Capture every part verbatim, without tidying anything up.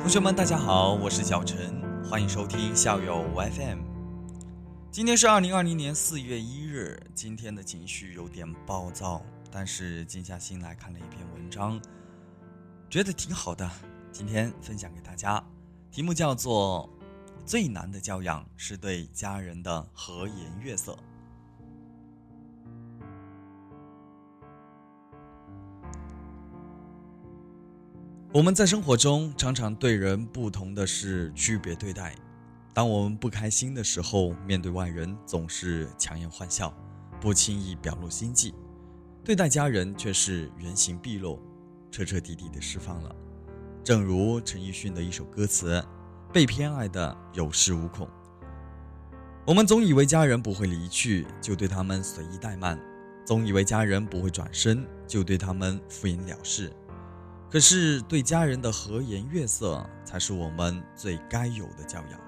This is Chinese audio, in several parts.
同学们大家好，我是小陈，欢迎收听校友 F M。 今天是二零二零年四月一日，今天的情绪有点暴躁，但是静下心来看了一篇文章，觉得挺好的，今天分享给大家，题目叫做最难的教养是对家人的和颜悦色。我们在生活中常常对人不同的是区别对待，当我们不开心的时候，面对外人总是强颜欢笑，不轻易表露心迹，对待家人却是原形毕露，彻彻底底的释放了。正如陈奕迅的一首歌词，被偏爱的有恃无恐。我们总以为家人不会离去，就对他们随意怠慢，总以为家人不会转身，就对他们敷衍了事。可是对家人的和颜悦色才是我们最该有的教养。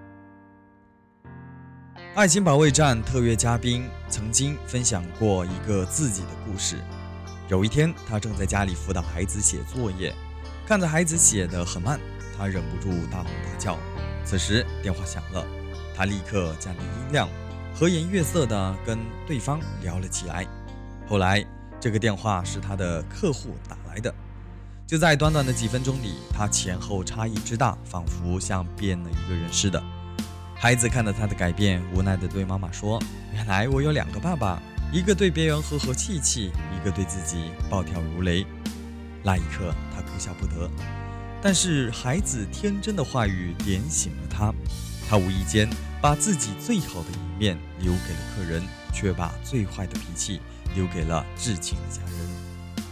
爱情保卫战特约嘉宾曾经分享过一个自己的故事。有一天，他正在家里辅导孩子写作业，看着孩子写得很慢，他忍不住大吼大叫。此时电话响了，他立刻降低音量，和颜悦色地跟对方聊了起来。后来这个电话是他的客户打来的，就在短短的几分钟里，他前后差异之大，仿佛像变了一个人似的。孩子看到他的改变，无奈地对妈妈说，原来我有两个爸爸，一个对别人和和气气，一个对自己暴跳如雷。那一刻他哭笑不得，但是孩子天真的话语点醒了他，他无意间把自己最好的一面留给了客人，却把最坏的脾气留给了至亲的家人。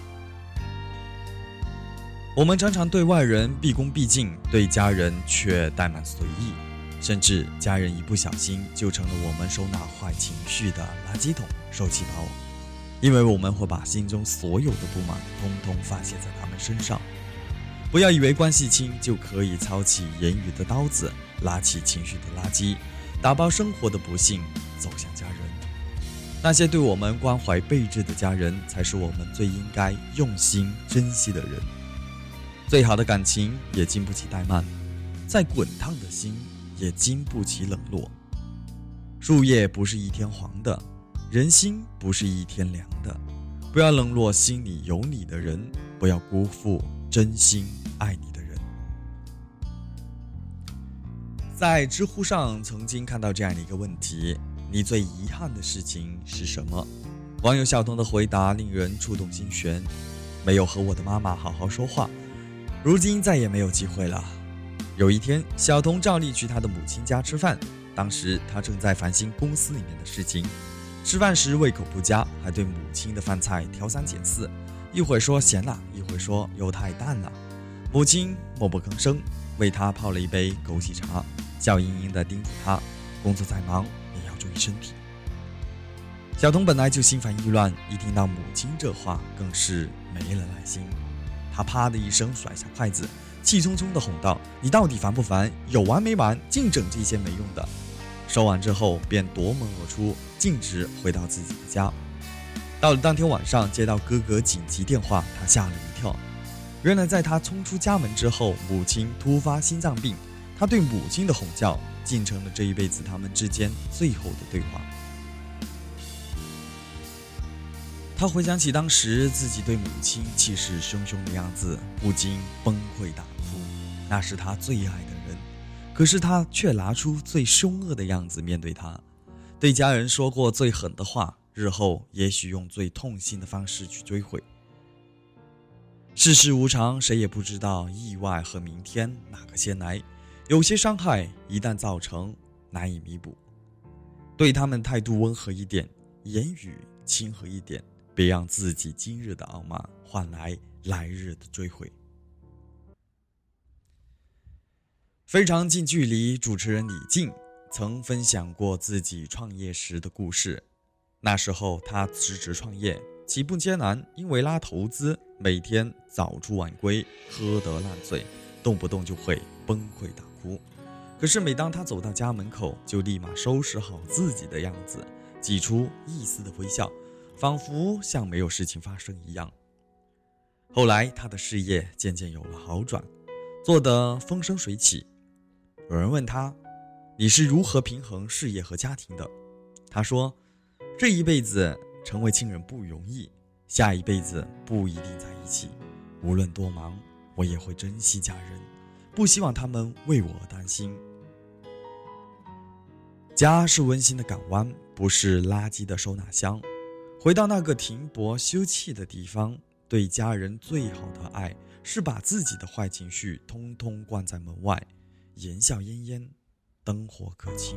我们常常对外人毕恭毕敬，对家人却怠慢随意，甚至家人一不小心就成了我们收纳坏情绪的垃圾桶、受气包，因为我们会把心中所有的不满通通发泄在他们身上。不要以为关系亲就可以操起言语的刀子，拉起情绪的垃圾，打包生活的不幸走向家人。那些对我们关怀备至的家人，才是我们最应该用心珍惜的人。最好的感情也经不起怠慢，再滚烫的心也经不起冷落。树叶不是一天黄的，人心不是一天凉的。不要冷落心里有你的人，不要辜负真心爱你的人。在知乎上曾经看到这样的一个问题，你最遗憾的事情是什么？网友小童的回答令人触动心弦，没有和我的妈妈好好说话，如今再也没有机会了。有一天，小童照例去他的母亲家吃饭，当时他正在烦心公司里面的事情，吃饭时胃口不佳，还对母亲的饭菜挑三拣四，一会儿说咸了，一会儿说又太淡了。母亲默不吭声，为他泡了一杯枸杞茶，笑盈盈地叮嘱他，工作再忙也要注意身体。小童本来就心烦意乱，一听到母亲这话更是没了耐心。他啪的一声甩下筷子，气冲冲地吼道，你到底烦不烦？有完没完？净整这些没用的。说完之后便夺门而出，径直回到自己的家。到了当天晚上，接到哥哥紧急电话，他吓了一跳。原来在他冲出家门之后，母亲突发心脏病，他对母亲的吼叫竟成了这一辈子他们之间最后的对话。他回想起当时自己对母亲气势汹汹的样子，不禁崩溃大哭。那是他最爱的人，可是他却拿出最凶恶的样子面对他，对家人说过最狠的话，日后也许用最痛心的方式去追悔。世事无常，谁也不知道意外和明天哪个先来，有些伤害一旦造成，难以弥补。对他们态度温和一点，言语亲和一点，别让自己今日的傲慢换来来日的追悔。非常近距离主持人李静曾分享过自己创业时的故事。那时候他辞职创业，起步艰难，因为拉投资，每天早出晚归，喝得烂醉，动不动就会崩溃大哭。可是每当他走到家门口，就立马收拾好自己的样子，挤出一丝的微笑，仿佛像没有事情发生一样。后来他的事业渐渐有了好转， 做得风生水起。有人问他，你是如何平衡事业和家庭的？他说，这一辈子成为亲人不容易，下一辈子不一定在一起，无论多忙，我也会珍惜家人，不希望他们为我担心。家是温馨的港湾，不是垃圾的收纳箱。回到那个停泊休憩的地方，对家人最好的爱是把自己的坏情绪通通关在门外，言笑晏晏，灯火可亲。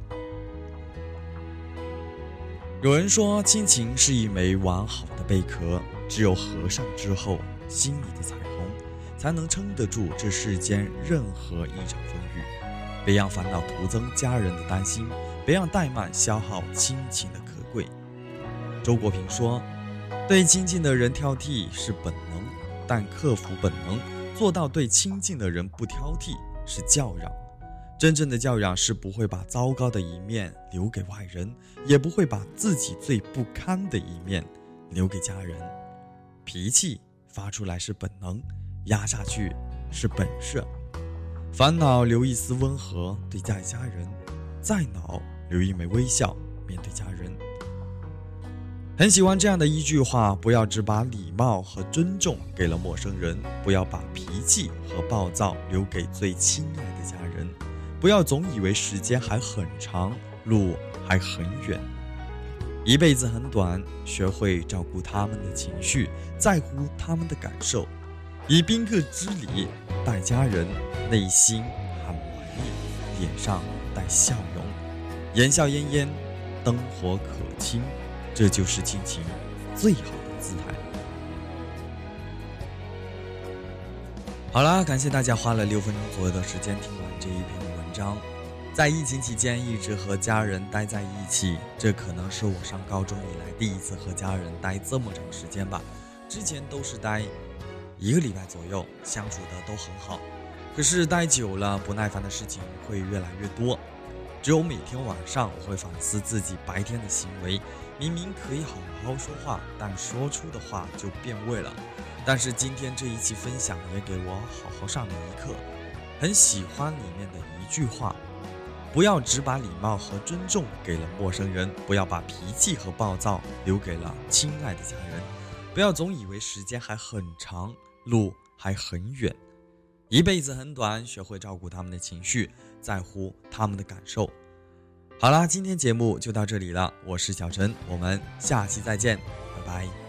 有人说，亲情是一枚完好的贝壳，只有合上之后，心里的彩虹才能撑得住这世间任何一场风雨。别让烦恼徒增家人的担心，别让怠慢消耗亲情的可贵。周国平说，对亲近的人挑剔是本能，但克服本能，做到对亲近的人不挑剔是教养。真正的教养是不会把糟糕的一面留给外人，也不会把自己最不堪的一面留给家人。脾气发出来是本能，压下去是本事。烦恼留一丝温和对待家人，再恼留一枚微笑面对家人。很喜欢这样的一句话，不要只把礼貌和尊重给了陌生人，不要把脾气和暴躁留给最亲爱的家人，不要总以为时间还很长，路还很远。一辈子很短，学会照顾他们的情绪，在乎他们的感受，以宾客之礼待家人，内心很满意，脸上带笑容，言笑晏晏，灯火可亲，这就是亲情最好的姿态。好啦，感谢大家花了六分钟左右的时间听完这一篇的文章。在疫情期间一直和家人待在一起，这可能是我上高中以来第一次和家人待这么长时间吧。之前都是待一个礼拜左右，相处的都很好。可是待久了，不耐烦的事情会越来越多。只有每天晚上我会反思自己白天的行为，明明可以好好说话，但说出的话就变味了。但是今天这一期分享也给我好好上了一课，很喜欢里面的一句话，不要只把礼貌和尊重给了陌生人，不要把脾气和暴躁留给了亲爱的家人，不要总以为时间还很长，路还很远。一辈子很短，学会照顾他们的情绪，在乎他们的感受。好啦，今天节目就到这里了，我是小陈，我们下期再见，拜拜。